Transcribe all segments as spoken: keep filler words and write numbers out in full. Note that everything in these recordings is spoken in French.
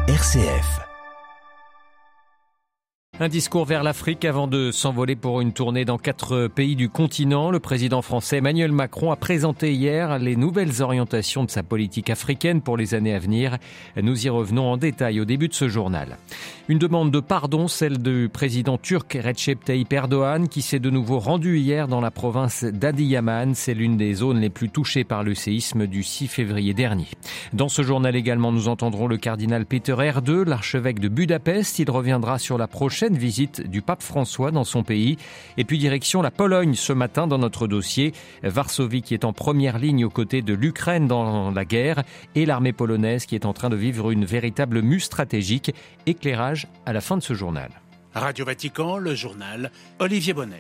R C F. Un discours vers l'Afrique avant de s'envoler pour une tournée dans quatre pays du continent. Le président français Emmanuel Macron a présenté hier les nouvelles orientations de sa politique africaine pour les années à venir. Nous y revenons en détail au début de ce journal. Une demande de pardon, celle du président turc Recep Tayyip Erdogan, qui s'est de nouveau rendu hier dans la province d'Adıyaman. C'est l'une des zones les plus touchées par le séisme du six février dernier. Dans ce journal également, nous entendrons le cardinal Péter Erdő, l'archevêque de Budapest. Il reviendra sur la prochaine visite du pape François dans son pays. Et puis direction la Pologne ce matin dans notre dossier. Varsovie qui est en première ligne aux côtés de l'Ukraine dans la guerre et l'armée polonaise qui est en train de vivre une véritable mue stratégique. Éclairage à la fin de ce journal. Radio Vatican, le journal, Olivier Bonnel.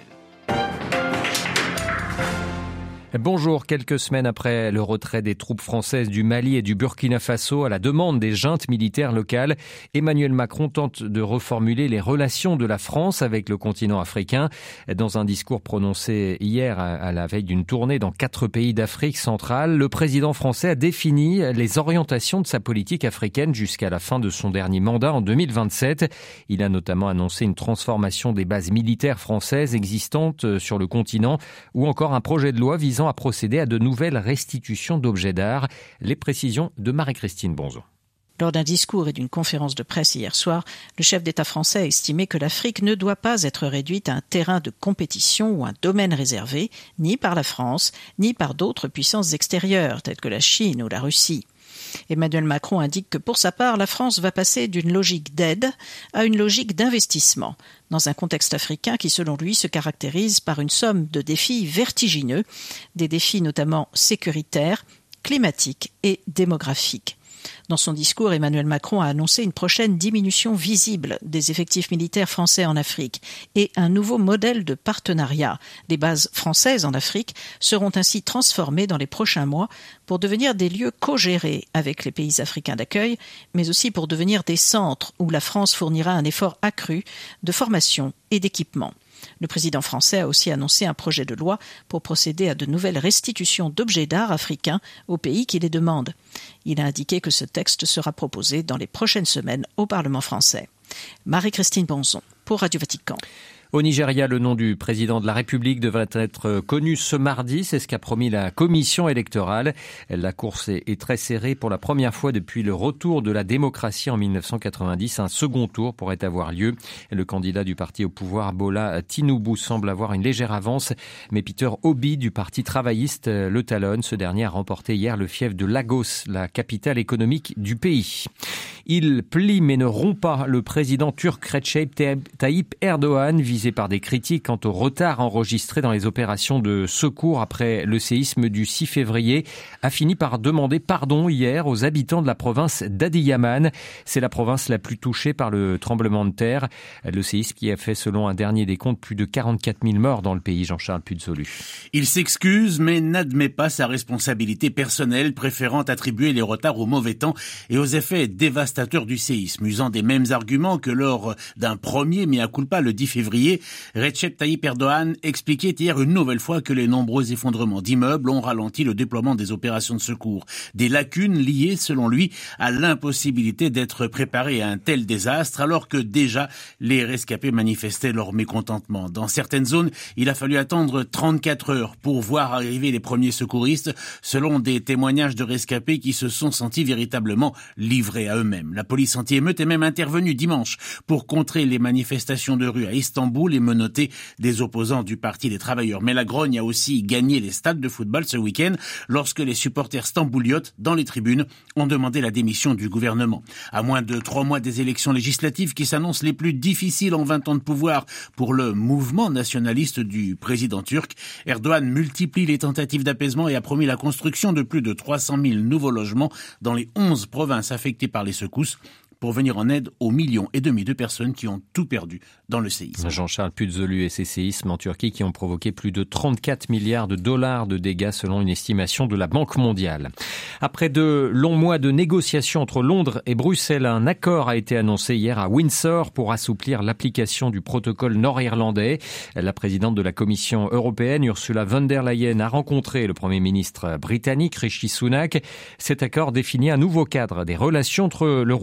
Bonjour, quelques semaines après le retrait des troupes françaises du Mali et du Burkina Faso à la demande des juntes militaires locales, Emmanuel Macron tente de reformuler les relations de la France avec le continent africain. Dans un discours prononcé hier à la veille d'une tournée dans quatre pays d'Afrique centrale, le président français a défini les orientations de sa politique africaine jusqu'à la fin de son dernier mandat en deux mille vingt-sept. Il a notamment annoncé une transformation des bases militaires françaises existantes sur le continent ou encore un projet de loi visant à procéder à de nouvelles restitutions d'objets d'art. Les précisions de Marie-Christine Bonzon. Lors d'un discours et d'une conférence de presse hier soir, le chef d'État français a estimé que l'Afrique ne doit pas être réduite à un terrain de compétition ou un domaine réservé, ni par la France, ni par d'autres puissances extérieures, telles que la Chine ou la Russie. Emmanuel Macron indique que pour sa part, la France va passer d'une logique d'aide à une logique d'investissement, dans un contexte africain qui, selon lui, se caractérise par une somme de défis vertigineux, des défis notamment sécuritaires, climatiques et démographiques. Dans son discours, Emmanuel Macron a annoncé une prochaine diminution visible des effectifs militaires français en Afrique et un nouveau modèle de partenariat. Les bases françaises en Afrique seront ainsi transformées dans les prochains mois pour devenir des lieux co-gérés avec les pays africains d'accueil, mais aussi pour devenir des centres où la France fournira un effort accru de formation et d'équipement. Le président français a aussi annoncé un projet de loi pour procéder à de nouvelles restitutions d'objets d'art africains aux pays qui les demandent. Il a indiqué que ce texte sera proposé dans les prochaines semaines au Parlement français. Marie-Christine Bonzon pour Radio Vatican. Au Nigeria, le nom du président de la République devrait être connu ce mardi. C'est ce qu'a promis la commission électorale. La course est très serrée. Pour la première fois depuis le retour de la démocratie en mille neuf cent quatre-vingt-dix, un second tour pourrait avoir lieu. Le candidat du parti au pouvoir, Bola Tinubu, semble avoir une légère avance. Mais Peter Obi du parti travailliste le talonne. Ce dernier a remporté hier le fief de Lagos, la capitale économique du pays. Il plie mais ne rompt pas. Le président turc Recep Tayyip Erdogan, visé par des critiques quant au retard enregistré dans les opérations de secours après le séisme du six février, a fini par demander pardon hier aux habitants de la province d'Adıyaman. C'est la province la plus touchée par le tremblement de terre. Le séisme qui a fait, selon un dernier décompte, plus de quarante-quatre mille morts dans le pays. Jean-Charles Puzolu. Il s'excuse mais n'admet pas sa responsabilité personnelle, préférant attribuer les retards au mauvais temps et aux effets dévastateurs du séisme, usant des mêmes arguments que lors d'un premier mea culpa le dix février. Recep Tayyip Erdogan expliquait hier une nouvelle fois que les nombreux effondrements d'immeubles ont ralenti le déploiement des opérations de secours. Des lacunes liées, selon lui, à l'impossibilité d'être préparé à un tel désastre, alors que déjà les rescapés manifestaient leur mécontentement. Dans certaines zones, il a fallu attendre trente-quatre heures pour voir arriver les premiers secouristes, selon des témoignages de rescapés qui se sont sentis véritablement livrés à eux-mêmes. La police anti-émeute est même intervenue dimanche pour contrer les manifestations de rue à Istanbul et menotter des opposants du Parti des Travailleurs. Mais la grogne a aussi gagné les stades de football ce week-end lorsque les supporters stambouliotes, dans les tribunes, ont demandé la démission du gouvernement. À moins de trois mois des élections législatives qui s'annoncent les plus difficiles en vingt ans de pouvoir pour le mouvement nationaliste du président turc, Erdogan multiplie les tentatives d'apaisement et a promis la construction de plus de trois cent mille nouveaux logements dans les onze provinces affectées par les secousses, pour venir en aide aux millions et demi de personnes qui ont tout perdu dans le séisme. Jean-Charles Puzolu et ces séismes en Turquie qui ont provoqué plus de trente-quatre milliards de dollars de dégâts selon une estimation de la Banque mondiale. Après de longs mois de négociations entre Londres et Bruxelles, un accord a été annoncé hier à Windsor pour assouplir l'application du protocole nord-irlandais. La présidente de la Commission européenne, Ursula von der Leyen, a rencontré le Premier ministre britannique Rishi Sunak. Cet accord définit un nouveau cadre des relations entre le Royaume-Uni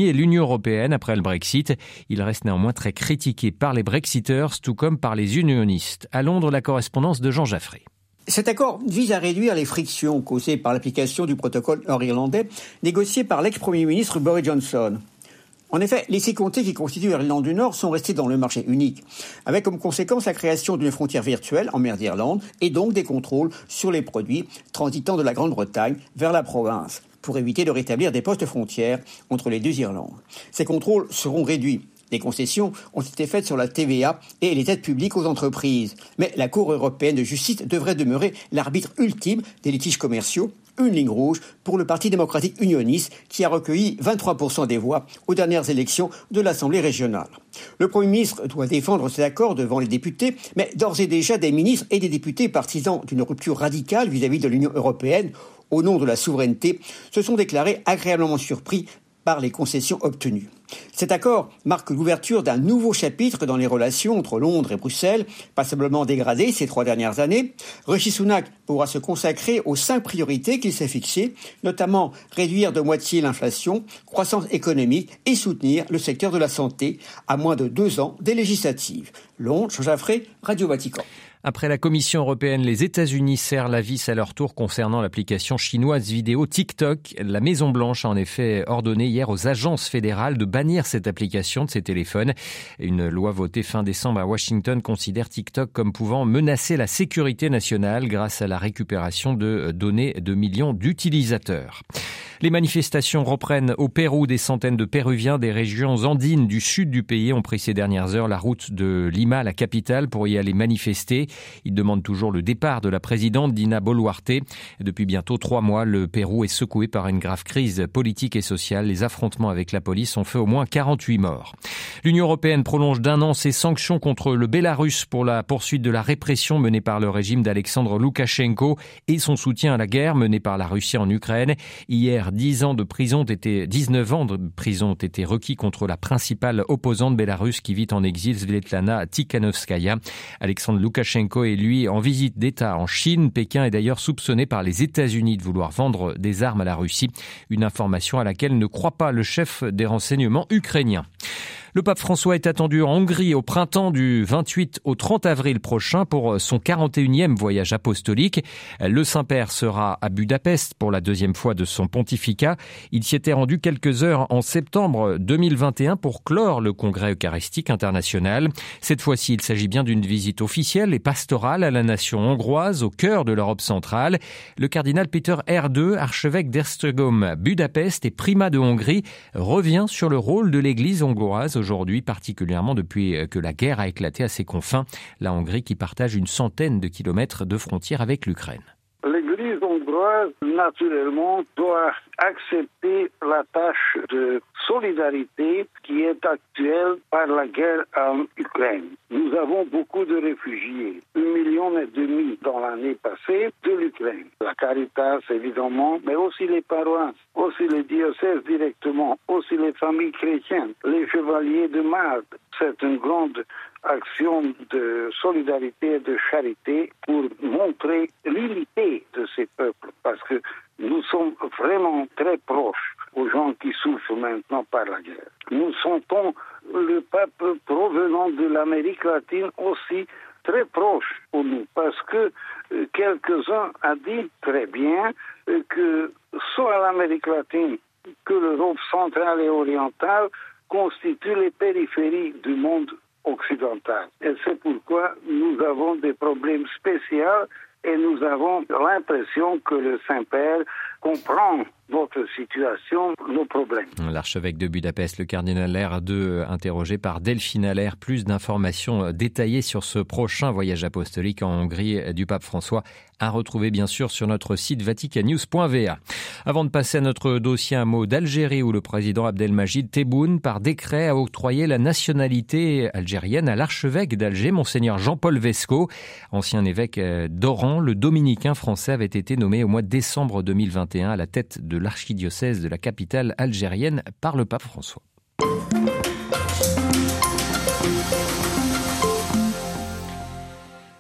et l'Union européenne après le Brexit. Il reste néanmoins très critiqué par les Brexiteurs, tout comme par les unionistes. À Londres, la correspondance de Jean Jaffré. Cet accord vise à réduire les frictions causées par l'application du protocole nord-irlandais négocié par l'ex-premier ministre Boris Johnson. En effet, les six comtés qui constituent l'Irlande du Nord sont restés dans le marché unique, avec comme conséquence la création d'une frontière virtuelle en mer d'Irlande et donc des contrôles sur les produits transitant de la Grande-Bretagne vers la province, pour éviter de rétablir des postes frontières entre les deux Irlandes. Ces contrôles seront réduits. Des concessions ont été faites sur la T V A et les aides publiques aux entreprises. Mais la Cour européenne de justice devrait demeurer l'arbitre ultime des litiges commerciaux, une ligne rouge pour le Parti démocratique unioniste qui a recueilli vingt-trois pour cent des voix aux dernières élections de l'Assemblée régionale. Le Premier ministre doit défendre cet accord devant les députés, mais d'ores et déjà des ministres et des députés partisans d'une rupture radicale vis-à-vis de l'Union européenne, au nom de la souveraineté, se sont déclarés agréablement surpris par les concessions obtenues. Cet accord marque l'ouverture d'un nouveau chapitre dans les relations entre Londres et Bruxelles, passablement dégradées ces trois dernières années. Rishi Sunak pourra se consacrer aux cinq priorités qu'il s'est fixées, notamment réduire de moitié l'inflation, croissance économique et soutenir le secteur de la santé à moins de deux ans des législatives. Londres, Jean Jaffré, Radio Vatican. Après la Commission européenne, les États-Unis serrent la vis à leur tour concernant l'application chinoise vidéo TikTok. La Maison-Blanche a en effet ordonné hier aux agences fédérales de bannir cette application de ses téléphones. Une loi votée fin décembre à Washington considère TikTok comme pouvant menacer la sécurité nationale grâce à la récupération de données de millions d'utilisateurs. Les manifestations reprennent au Pérou. Des centaines de Péruviens des régions andines du sud du pays ont pris ces dernières heures la route de Lima, la capitale, pour y aller manifester. Ils demandent toujours le départ de la présidente Dina Boluarte. Depuis bientôt trois mois, le Pérou est secoué par une grave crise politique et sociale. Les affrontements avec la police ont fait au moins quarante-huit morts. L'Union européenne prolonge d'un an ses sanctions contre le Bélarus pour la poursuite de la répression menée par le régime d'Alexandre Loukachenko et son soutien à la guerre menée par la Russie en Ukraine. Hier, dix ans de prison ont été, dix-neuf ans de prison ont été requis contre la principale opposante bélarusse qui vit en exil, Svetlana Tikhanovskaya. Alexandre Loukachenko est lui en visite d'État en Chine. Pékin est d'ailleurs soupçonné par les États-Unis de vouloir vendre des armes à la Russie. Une information à laquelle ne croit pas le chef des renseignements ukrainiens. Le pape François est attendu en Hongrie au printemps du vingt-huit au trente avril prochain pour son quarante et unième voyage apostolique. Le Saint-Père sera à Budapest pour la deuxième fois de son pontificat. Il s'y était rendu quelques heures en septembre deux mille vingt et un pour clore le congrès eucharistique international. Cette fois-ci, il s'agit bien d'une visite officielle et pastorale à la nation hongroise au cœur de l'Europe centrale. Le cardinal Peter Erdő, archevêque d'Esztergom, Budapest et primat de Hongrie, revient sur le rôle de l'Église hongroise aujourd'hui, particulièrement depuis que la guerre a éclaté à ses confins, la Hongrie qui partage une centaine de kilomètres de frontière avec l'Ukraine. L'Église hongroise, naturellement, doit accepter la tâche de solidarité qui est actuelle par la guerre en Ukraine. Nous avons beaucoup de réfugiés, un million et demi dans l'année passée de l'Ukraine. La Caritas, évidemment, mais aussi les paroisses, aussi les diocèses directement, aussi les familles chrétiennes, les chevaliers de Malte. C'est une grande action de solidarité et de charité pour montrer l'unité de ces peuples, parce que nous sommes vraiment très proches aux gens qui souffrent maintenant par la guerre. Nous sentons le peuple provenant de l'Amérique latine aussi très proche pour nous, parce que euh, quelques-uns ont dit très bien euh, que soit l'Amérique latine que l'Europe centrale et orientale constituent les périphéries du monde occidental. Et c'est pourquoi nous avons des problèmes spéciaux et nous avons l'impression que le Saint-Père comprend votre situation, nos problèmes. L'archevêque de Budapest, le cardinal Erdő, interrogé par Delphine Allaire. Plus d'informations détaillées sur ce prochain voyage apostolique en Hongrie du pape François à retrouver bien sûr sur notre site vaticannews point v a. Avant de passer à notre dossier, un mot d'Algérie où le président Abdelmajid Tebboune, par décret, a octroyé la nationalité algérienne à l'archevêque d'Alger, monseigneur Jean-Paul Vesco. Ancien évêque d'Oran, le dominicain français avait été nommé au mois de décembre deux mille vingt et un à la tête de l'archidiocèse de la capitale algérienne par le pape François.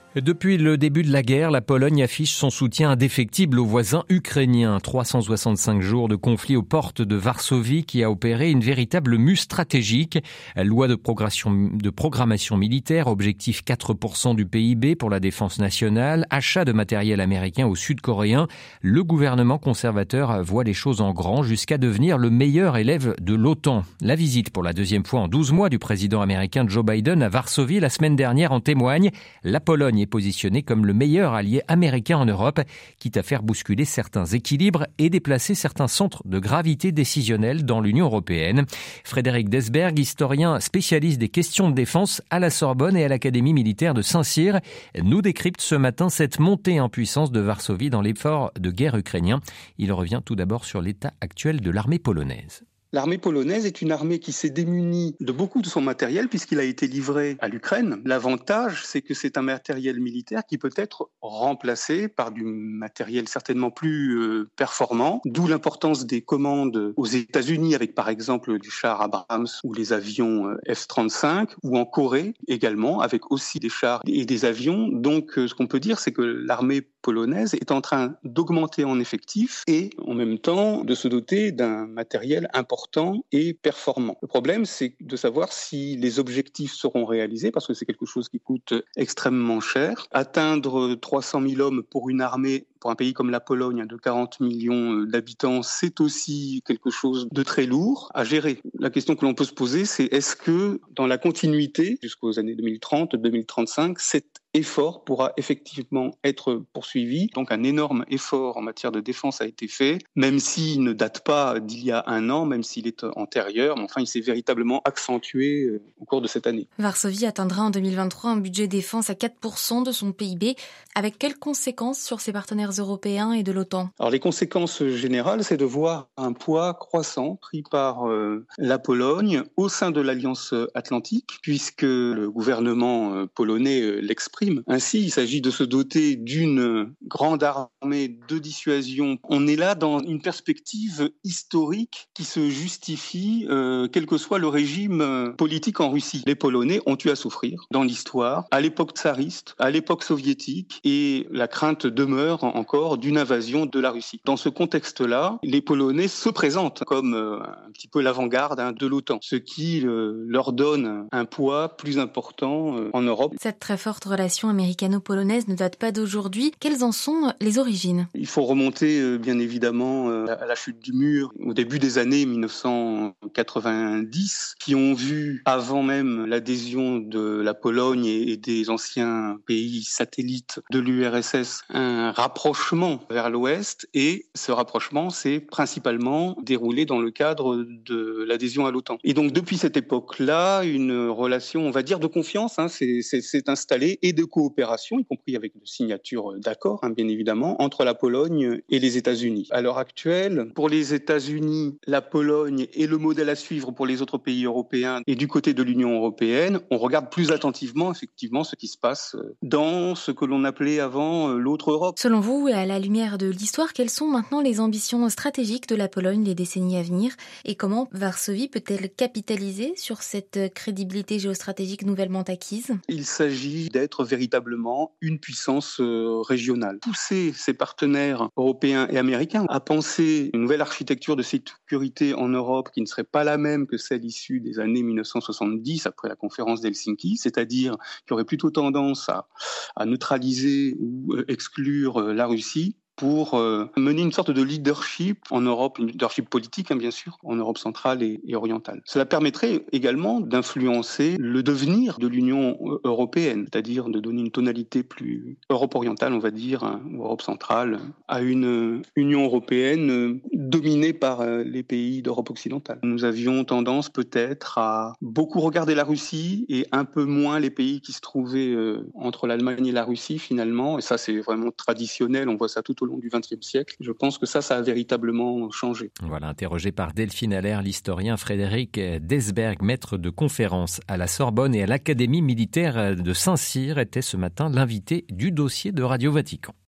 Depuis le début de la guerre, la Pologne affiche son soutien indéfectible aux voisins ukrainiens. trois cent soixante-cinq jours de conflit aux portes de Varsovie qui a opéré une véritable mue stratégique. Loi de programmation, de programmation militaire, objectif quatre pour cent du P I B pour la défense nationale, achat de matériel américain aux Sud-Coréens. Le gouvernement conservateur voit les choses en grand jusqu'à devenir le meilleur élève de l'OTAN. La visite pour la deuxième fois en douze mois du président américain Joe Biden à Varsovie la semaine dernière en témoigne. La Pologne est positionné comme le meilleur allié américain en Europe, quitte à faire bousculer certains équilibres et déplacer certains centres de gravité décisionnels dans l'Union européenne. Frédéric Desberg, historien spécialiste des questions de défense à la Sorbonne et à l'Académie militaire de Saint-Cyr, nous décrypte ce matin cette montée en puissance de Varsovie dans l'effort de guerre ukrainien. Il revient tout d'abord sur l'état actuel de l'armée polonaise. L'armée polonaise est une armée qui s'est démunie de beaucoup de son matériel puisqu'il a été livré à l'Ukraine. L'avantage, c'est que c'est un matériel militaire qui peut être remplacé par du matériel certainement plus euh, performant, d'où l'importance des commandes aux États-Unis avec par exemple des chars Abrams ou les avions euh, F trente-cinq, ou en Corée également avec aussi des chars et des avions. Donc euh, ce qu'on peut dire, c'est que l'armée polonaise est en train d'augmenter en effectifs et en même temps de se doter d'un matériel important et performant. Le problème, c'est de savoir si les objectifs seront réalisés, parce que c'est quelque chose qui coûte extrêmement cher. Atteindre trois cent mille hommes pour une armée, pour un pays comme la Pologne de quarante millions d'habitants, c'est aussi quelque chose de très lourd à gérer. La question que l'on peut se poser, c'est est-ce que dans la continuité, jusqu'aux années deux mille trente, deux mille trente-cinq, cet effort pourra effectivement être poursuivi. Donc un énorme effort en matière de défense a été fait, même s'il ne date pas d'il y a un an, même s'il est antérieur, mais enfin il s'est véritablement accentué au cours de cette année. Varsovie atteindra en deux mille vingt-trois un budget défense à quatre pour cent de son P I B, avec quelles conséquences sur ses partenaires européens et de l'OTAN ? Alors les conséquences générales, c'est de voir un poids croissant pris par euh, la Pologne au sein de l'Alliance Atlantique, puisque le gouvernement euh, polonais euh, l'exprime. Ainsi, il s'agit de se doter d'une grande armée de dissuasion. On est là dans une perspective historique qui se justifie, euh, quel que soit le régime politique en Russie. Les Polonais ont eu à souffrir dans l'histoire, à l'époque tsariste, à l'époque soviétique, et la crainte demeure encore d'une invasion de la Russie. Dans ce contexte-là, les Polonais se présentent comme euh, un petit peu l'avant-garde hein, de l'OTAN, ce qui euh, leur donne un poids plus important euh, en Europe. Cette très forte relation américano-polonaise ne date pas d'aujourd'hui. Quelles en sont les origines ? Il faut remonter euh, bien évidemment euh, à la chute du mur au début des années mille neuf cent quatre-vingt-dix, qui ont vu avant même l'adhésion de la Pologne et, et des anciens pays satellites de l'U R S S un rapprochement vers l'Ouest, et ce rapprochement s'est principalement déroulé dans le cadre de l'adhésion à l'OTAN. Et donc depuis cette époque-là, une relation, on va dire, de confiance hein, s'est, s'est, s'est installée et de coopération, y compris avec de signatures d'accords, hein, bien évidemment, entre la Pologne et les États-Unis. À l'heure actuelle, pour les États-Unis, la Pologne est le modèle à suivre pour les autres pays européens, et du côté de l'Union européenne, on regarde plus attentivement, effectivement, ce qui se passe dans ce que l'on appelait avant l'autre Europe. Selon vous, à la lumière de l'histoire, quelles sont maintenant les ambitions stratégiques de la Pologne les décennies à venir, et comment Varsovie peut-elle capitaliser sur cette crédibilité géostratégique nouvellement acquise ? Il s'agit d'être véritablement une puissance euh, régionale. Pousser ses partenaires européens et américains à penser une nouvelle architecture de sécurité en Europe qui ne serait pas la même que celle issue des années mille neuf cent soixante-dix après la conférence d'Helsinki, c'est-à-dire qui aurait plutôt tendance à, à neutraliser ou euh, exclure euh, la Russie, pour euh, mener une sorte de leadership en Europe, une leadership politique hein, bien sûr, en Europe centrale et, et orientale. Cela permettrait également d'influencer le devenir de l'Union européenne, c'est-à-dire de donner une tonalité plus Europe orientale, on va dire, hein, ou Europe centrale, à une Union européenne dominée par euh, les pays d'Europe occidentale. Nous avions tendance peut-être à beaucoup regarder la Russie et un peu moins les pays qui se trouvaient euh, entre l'Allemagne et la Russie finalement, et ça c'est vraiment traditionnel, on voit ça tout au long du vingtième siècle. Je pense que ça, ça a véritablement changé. Voilà, interrogé par Delphine Allaire, l'historien Frédéric Desberg, maître de conférences à la Sorbonne et à l'Académie militaire de Saint-Cyr, était ce matin l'invité du dossier de Radio Vatican.